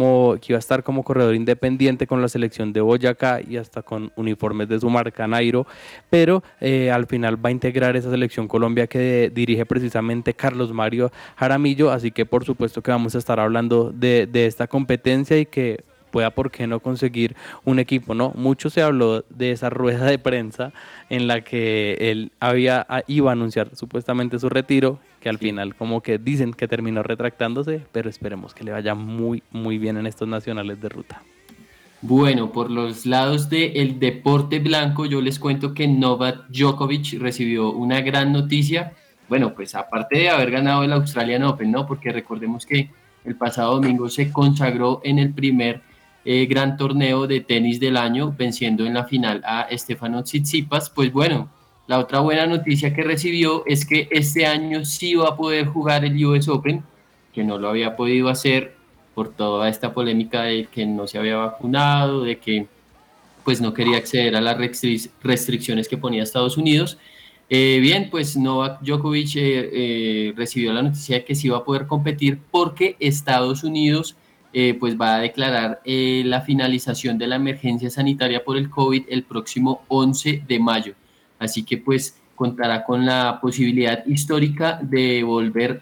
a estar como corredor independiente con la selección de Boyacá y hasta con uniformes de su marca Nairo, pero al final va a integrar esa selección Colombia que dirige precisamente Carlos Mario Jaramillo, así que por supuesto que vamos a estar hablando de esta competencia y que pueda, ¿por qué no conseguir un equipo, no? Mucho se habló de esa rueda de prensa en la que él iba a anunciar supuestamente su retiro, que al final como que dicen que terminó retractándose, pero esperemos que le vaya muy, muy bien en estos nacionales de ruta. Bueno, por los lados del deporte blanco, yo les cuento que Novak Djokovic recibió una gran noticia. Bueno, pues aparte de haber ganado el Australian Open, ¿no? Porque recordemos que el pasado domingo se consagró en el primer gran torneo de tenis del año, venciendo en la final a Stefano Tsitsipas. Pues bueno, la otra buena noticia que recibió es que este año sí va a poder jugar el US Open, que no lo había podido hacer por toda esta polémica de que no se había vacunado, de que pues no quería acceder a las restricciones que ponía Estados Unidos. Bien, pues Novak Djokovic recibió la noticia de que sí va a poder competir porque Estados Unidos pues va a declarar la finalización de la emergencia sanitaria por el COVID el próximo 11 de mayo. Así que pues contará con la posibilidad histórica de volver,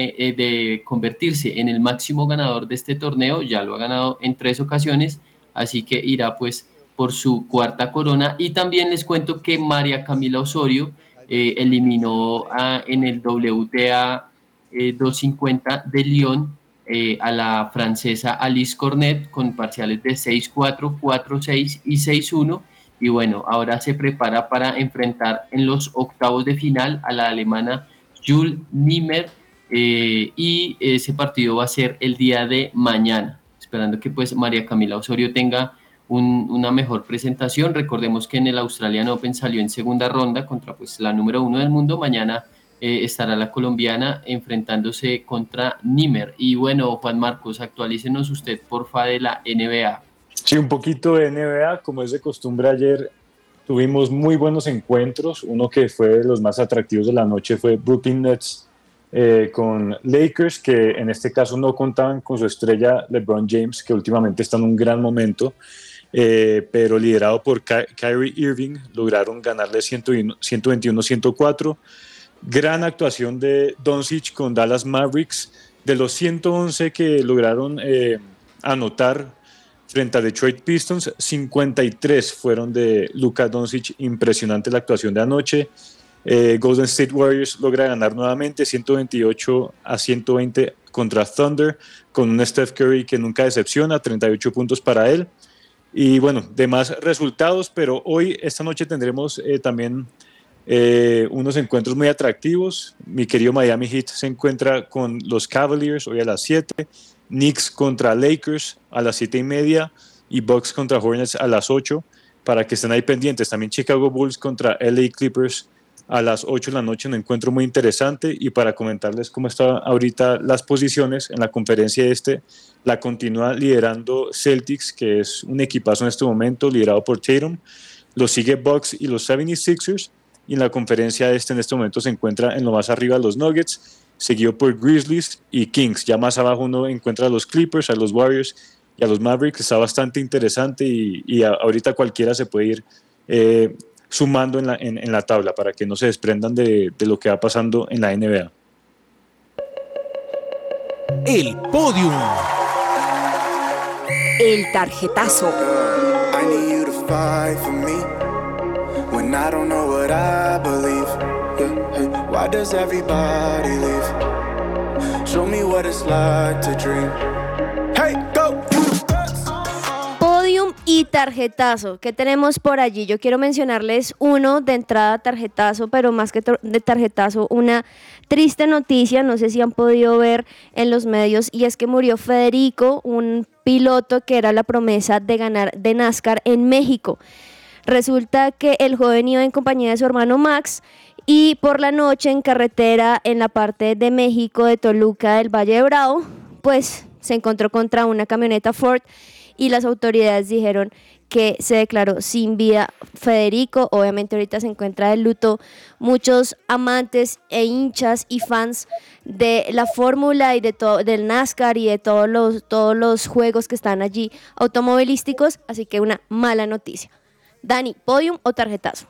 de convertirse en el máximo ganador de este torneo. Ya lo ha ganado en 3 ocasiones, así que irá pues por su 4ª corona. Y también les cuento que María Camila Osorio eliminó en el WTA 250 de Lyon a la francesa Alice Cornet con parciales de 6-4, 4-6 y 6-1. Y bueno, ahora se prepara para enfrentar en los octavos de final a la alemana Jules Nimmer y ese partido va a ser el día de mañana, esperando que pues María Camila Osorio tenga una mejor presentación. Recordemos que en el Australian Open salió en segunda ronda contra pues la número 1 del mundo. Mañana estará la colombiana enfrentándose contra Nimmer. Y bueno, Juan Marcos, actualícenos usted porfa de la NBA. Sí, un poquito de NBA, como es de costumbre. Ayer tuvimos muy buenos encuentros. Uno que fue de los más atractivos de la noche fue Brooklyn Nets con Lakers, que en este caso no contaban con su estrella LeBron James, que últimamente está en un gran momento, pero liderado por Kyrie Irving, lograron ganarle 121-104. Gran actuación de Doncic con Dallas Mavericks. De los 111 que lograron anotar frente a Detroit Pistons, 53 fueron de Luka Doncic. Impresionante la actuación de anoche. Golden State Warriors logra ganar nuevamente 128-120 contra Thunder, con un Steph Curry que nunca decepciona, 38 puntos para él. Y bueno, demás resultados, pero esta noche tendremos también unos encuentros muy atractivos. Mi querido Miami Heat se encuentra con los Cavaliers hoy a las 7, Knicks contra Lakers a las 7:30 y Bucks contra Hornets a las 8, para que estén ahí pendientes. También Chicago Bulls contra LA Clippers a las 8 de la noche, un encuentro muy interesante. Y para comentarles cómo están ahorita las posiciones en la conferencia la continúa liderando Celtics, que es un equipazo en este momento, liderado por Tatum. Lo sigue Bucks y los 76ers. Y en la conferencia en este momento se encuentra en lo más arriba los Nuggets, seguido por Grizzlies y Kings. Ya más abajo uno encuentra a los Clippers, a los Warriors y a los Mavericks. Está bastante interesante y ahorita cualquiera se puede ir sumando en la tabla para que no se desprendan de lo que va pasando en la NBA. El podium. El tarjetazo. I need you to fight for me when I don't know what I believe. Yeah. Why does everybody leave? Show me what it's like to dream. Hey, go. Podium y tarjetazo. ¿Qué tenemos por allí? Yo quiero mencionarles uno de entrada, tarjetazo, pero más que de tarjetazo, una triste noticia, no sé si han podido ver en los medios, y es que murió Federico, un piloto que era la promesa de ganar de NASCAR en México. Resulta que el joven iba en compañía de su hermano Max y por la noche en carretera en la parte de México, de Toluca, del Valle de Bravo, pues se encontró contra una camioneta Ford y las autoridades dijeron que se declaró sin vida Federico. Obviamente ahorita se encuentra de luto muchos amantes e hinchas y fans de la fórmula y de del NASCAR y de todos los juegos que están allí automovilísticos, así que una mala noticia. Dani, ¿podium o tarjetazo?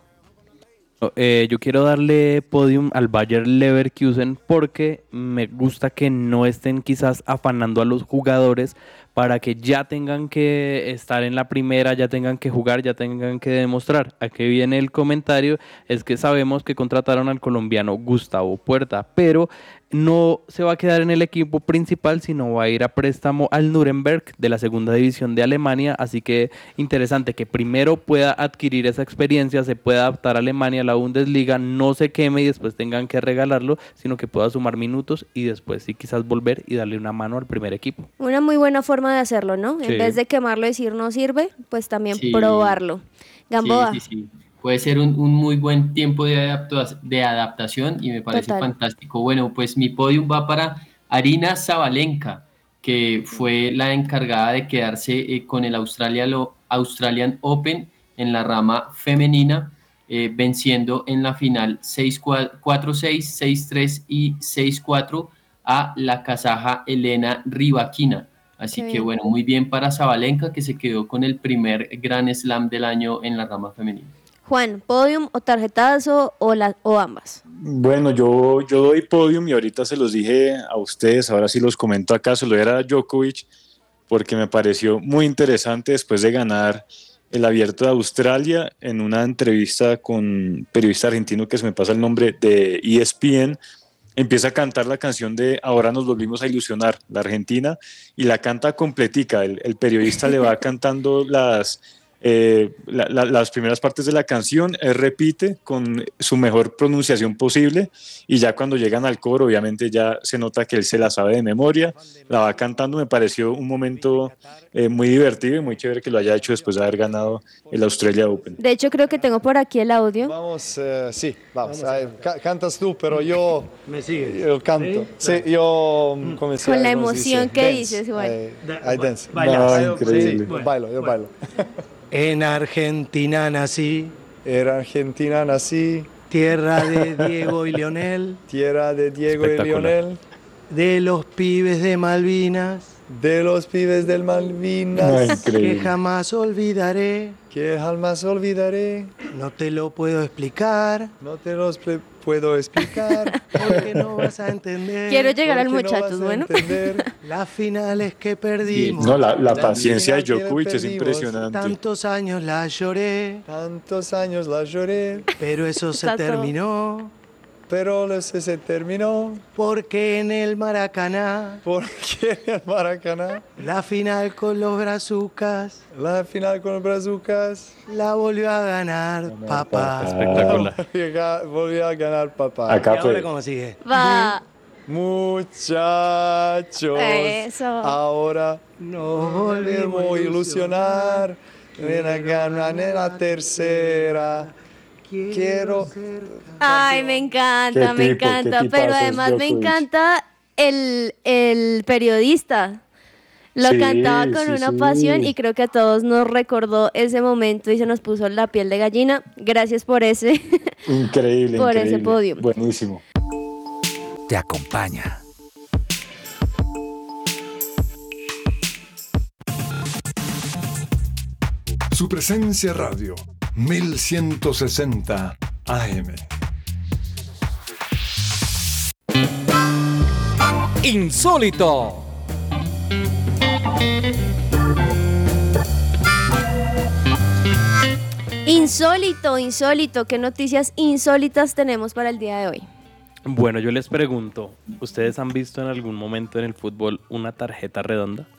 Yo quiero darle podium al Bayer Leverkusen porque me gusta que no estén quizás afanando a los jugadores para que ya tengan que estar en la primera, ya tengan que jugar, ya tengan que demostrar. ¿A qué viene el comentario? Es que sabemos que contrataron al colombiano Gustavo Puerta, pero no se va a quedar en el equipo principal, sino va a ir a préstamo al Nuremberg de la segunda división de Alemania, así que interesante que primero pueda adquirir esa experiencia, se pueda adaptar a Alemania, a la Bundesliga, no se queme y después tengan que regalarlo, sino que pueda sumar minutos y después sí quizás volver y darle una mano al primer equipo. Una muy buena forma de hacerlo, ¿no? Sí. En vez de quemarlo y decir no sirve, pues también probarlo. Gamboa. Sí. Puede ser un muy buen tiempo de adaptación y me parece fantástico. Bueno, pues mi podium va para Aryna Sabalenka, que fue la encargada de quedarse con el Australian Open en la rama femenina, venciendo en la final 6-4, 6-6, 6-3 y 6-4 a la kazaja Elena Rybakina. Así que bueno, muy bien para Sabalenka, que se quedó con el primer Grand Slam del año en la rama femenina. Juan, ¿podium o tarjetazo o ambas? Bueno, yo doy podium y ahorita se los dije a ustedes, ahora sí los comento acá, se lo era a Djokovic porque me pareció muy interesante después de ganar el Abierto de Australia en una entrevista con un periodista argentino que se me pasa el nombre, de ESPN. Empieza a cantar la canción de Ahora nos volvimos a ilusionar, la Argentina, y la canta completica. El periodista le va cantando las primeras partes de la canción, él repite con su mejor pronunciación posible y ya cuando llegan al coro obviamente ya se nota que él se la sabe de memoria, la va cantando. Me pareció un momento muy divertido y muy chévere que lo haya hecho después de haber ganado el Australia Open. De hecho creo que tengo por aquí el audio. Vamos, vamos. Cantas tú, pero yo me sigue. Yo canto. Sí, yo comencé con la emoción que dices, igual. I dance. No, increíble. Sí, yo bailo. En Argentina nací. Tierra de Diego y Lionel. De los pibes de Malvinas. Que jamás olvidaré. No te lo puedo explicar. Porque no vas a entender. Quiero llegar al muchachos, bueno. Las finales que perdimos. No, la paciencia de Djokovic es impresionante. Tantos años la lloré. Pero eso se terminó. Porque en el Maracaná. La final con los brazucas. La volvió a ganar papá. Espectacular. Volvió a ganar papá. Acá ¿Y fue. ahora cómo sigue? Va. Muchachos. Eso. Ahora nos volvemos a ilusionar. Ven a ganar en la tercera. Quiero. Ay, me encanta, Qué tipo, qué pero tipazo además es me Djokovic. encanta el periodista. Lo Sí, cantaba con una sí. pasión y creo que a todos nos recordó ese momento y se nos puso la piel de gallina. Gracias por ese, Increíble, por increíble. ese podio. Buenísimo. Te acompaña. Su presencia radio, 1160 AM. Insólito. Insólito. ¿Qué noticias insólitas tenemos para el día de hoy? Bueno, yo les pregunto, ¿ustedes han visto en algún momento en el fútbol una tarjeta redonda?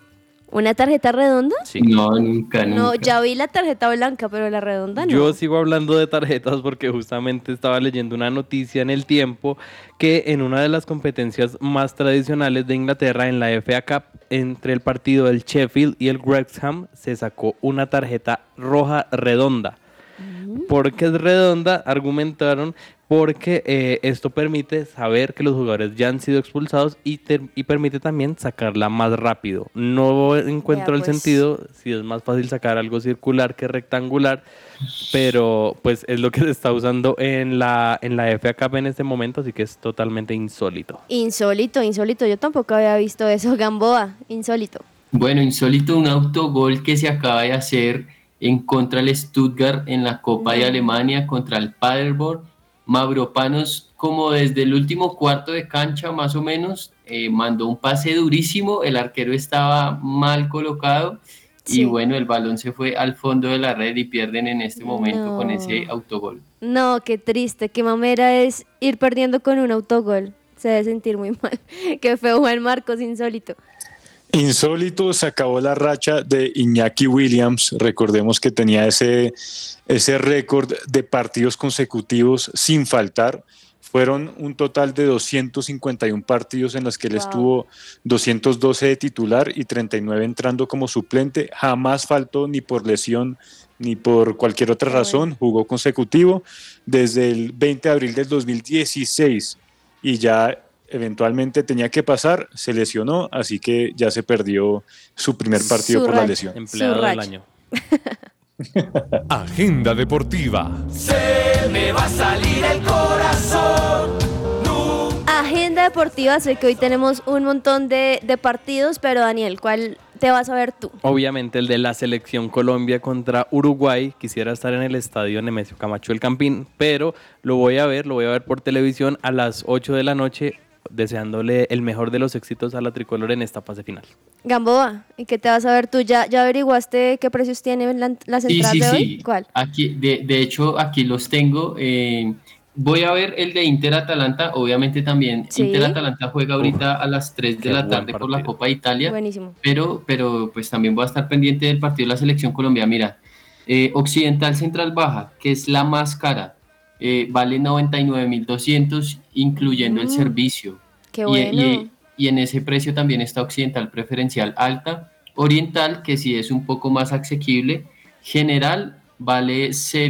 ¿Una tarjeta redonda? Sí. No, nunca. No, ya vi la tarjeta blanca, pero la redonda no. Yo sigo hablando de tarjetas porque justamente estaba leyendo una noticia en El Tiempo que en una de las competencias más tradicionales de Inglaterra, en la FA Cup, entre el partido del Sheffield y el Wrexham, se sacó una tarjeta roja redonda. ¿Por qué es redonda? Argumentaron porque esto permite saber que los jugadores ya han sido expulsados y permite también sacarla más rápido. No encuentro el sentido si es más fácil sacar algo circular que rectangular, pero pues es lo que se está usando en la FA Cup en este momento, así que es totalmente insólito. Insólito. Yo tampoco había visto eso. Gamboa, insólito. Bueno, insólito, un autogol que se acaba de hacer en contra del Stuttgart en la Copa de Alemania contra el Paderborn. Mavropanos, como desde el último cuarto de cancha más o menos, mandó un pase durísimo, el arquero estaba mal colocado y bueno, el balón se fue al fondo de la red y pierden en este momento con ese autogol. No, qué triste, qué mamera es ir perdiendo con un autogol. Se debe sentir muy mal. Qué feo, Juan Marcos, insólito. Insólito, se acabó la racha de Iñaki Williams. Recordemos que tenía ese récord de partidos consecutivos sin faltar. Fueron un total de 251 partidos en los que él estuvo 212 de titular y 39 entrando como suplente. Jamás faltó ni por lesión ni por cualquier otra razón. Jugó consecutivo desde el 20 de abril del 2016 y ya eventualmente tenía que pasar, se lesionó, así que ya se perdió su primer partido por la lesión. Empleado del año. Agenda deportiva. Se me va a salir el corazón. Agenda deportiva, sé que hoy tenemos un montón de partidos, pero Daniel, ¿cuál te vas a ver tú? Obviamente el de la selección Colombia contra Uruguay. Quisiera estar en el estadio Nemesio Camacho del Campín, pero lo voy a ver por televisión a las 8 de la noche, deseándole el mejor de los éxitos a la tricolor en esta fase final. Gamboa, ¿y qué te vas a ver tú? ¿Ya averiguaste qué precios tienen las entradas de hoy? ¿Cuál? Aquí, de hecho, aquí los tengo. Voy a ver el de Inter-Atalanta, obviamente también. Sí. Inter-Atalanta juega ahorita a las 3 de la tarde por la Copa de Italia. Buenísimo. Pero pues también voy a estar pendiente del partido de la Selección Colombia. Mira, Occidental Central Baja, que es la más cara, vale 99.200, incluyendo el servicio. Qué bueno. Y en ese precio también está Occidental Preferencial Alta. Oriental, que sí es un poco más asequible. General vale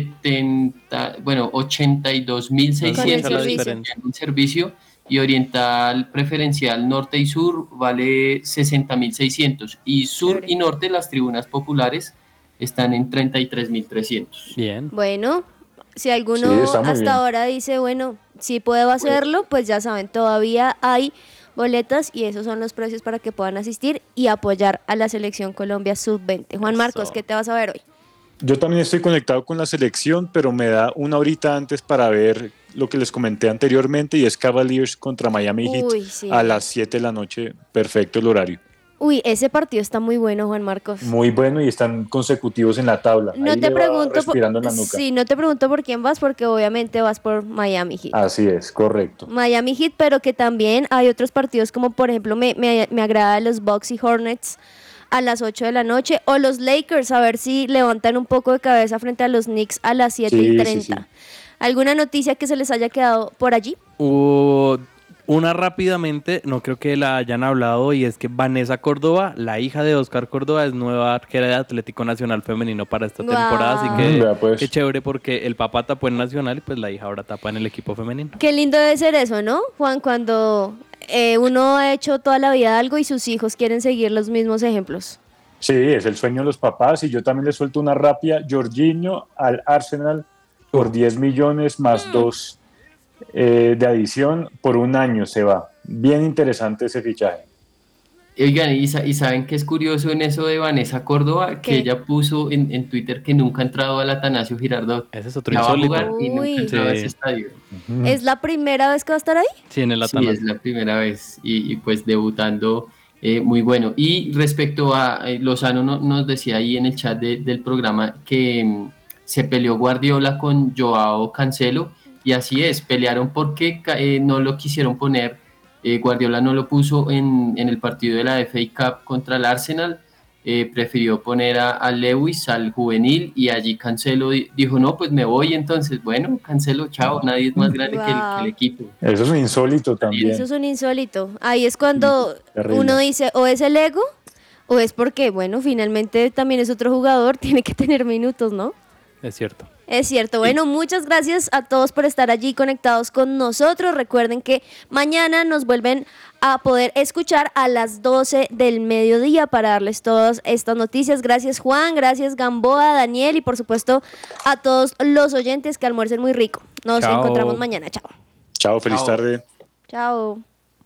82.600 en servicio, y Oriental Preferencial Norte y Sur vale 60.600, y Sur y Norte, las tribunas populares, están en 33.300. Bien. Bueno, si alguno hasta ahora dice, bueno, si puedo hacerlo, pues ya saben, todavía hay boletas y esos son los precios para que puedan asistir y apoyar a la Selección Colombia Sub-20. Juan Marcos, ¿qué te vas a ver hoy? Yo también estoy conectado con la selección, pero me da una horita antes para ver lo que les comenté anteriormente, y es Cavaliers contra Miami Heat a las 7 de la noche. Perfecto el horario. Uy, ese partido está muy bueno, Juan Marcos. Muy bueno, y están consecutivos en la tabla. No Ahí te le va pregunto respirando en la nuca. Sí, no te pregunto por quién vas, porque obviamente vas por Miami Heat. Así es, correcto. Miami Heat, pero que también hay otros partidos, como por ejemplo me agrada los Bucks y Hornets a las 8 de la noche, o los Lakers, a ver si levantan un poco de cabeza frente a los Knicks a las 7:30. Sí. ¿Alguna noticia que se les haya quedado por allí? Una rápidamente, no creo que la hayan hablado, y es que Vanessa Córdoba, la hija de Oscar Córdoba, es nueva arquera de Atlético Nacional Femenino para esta temporada, así que qué chévere, porque el papá tapó en Nacional y pues la hija ahora tapa en el equipo femenino. Qué lindo debe ser eso, ¿no, Juan? Cuando uno ha hecho toda la vida algo y sus hijos quieren seguir los mismos ejemplos. Sí, es el sueño de los papás, y yo también le suelto una rápida. Jorginho al Arsenal por 10 millones más 2 de adición por un año se va. Bien interesante ese fichaje. Oigan, y saben que es curioso en eso de Vanessa Córdoba, que ella puso en Twitter que nunca ha entrado al Atanasio Girardot. Ese es otro insólito. Y nunca ha entrado a ese estadio. ¿Es la primera vez que va a estar ahí? Sí, en el Atanasio. Sí, es la primera vez, y pues debutando muy bueno. Y respecto a Lozano, nos decía ahí en el chat del programa que se peleó Guardiola con Joao Cancelo, y así es, pelearon porque no lo quisieron poner. Guardiola no lo puso en el partido de la FA Cup contra el Arsenal, prefirió poner a Lewis, al juvenil, y allí Cancelo dijo, no, pues me voy, entonces, bueno, Cancelo, chao, nadie es más grande que el equipo. Eso es un insólito también. Eso es un insólito. Ahí es cuando Terrible. uno dice, o es el ego, o es porque, bueno, finalmente también es otro jugador, tiene que tener minutos, ¿no? Es cierto. Es cierto. Bueno, muchas gracias a todos por estar allí conectados con nosotros. Recuerden que mañana nos vuelven a poder escuchar a las 12 del mediodía para darles todas estas noticias. Gracias Juan, gracias Gamboa, Daniel y por supuesto a todos los oyentes, que almuercen muy rico. Nos encontramos mañana. Chao. Chao, feliz tarde. Chao.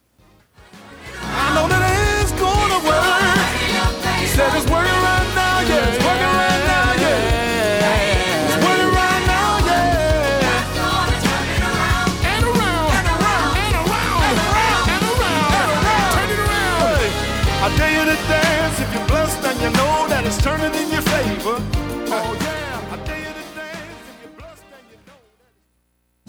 I know that it's gonna work. Said it's working right now, yeah. It's working right now, yeah. It's working right now, yeah. And around, and around, and around, and around, and around. Turn it around. I tell you that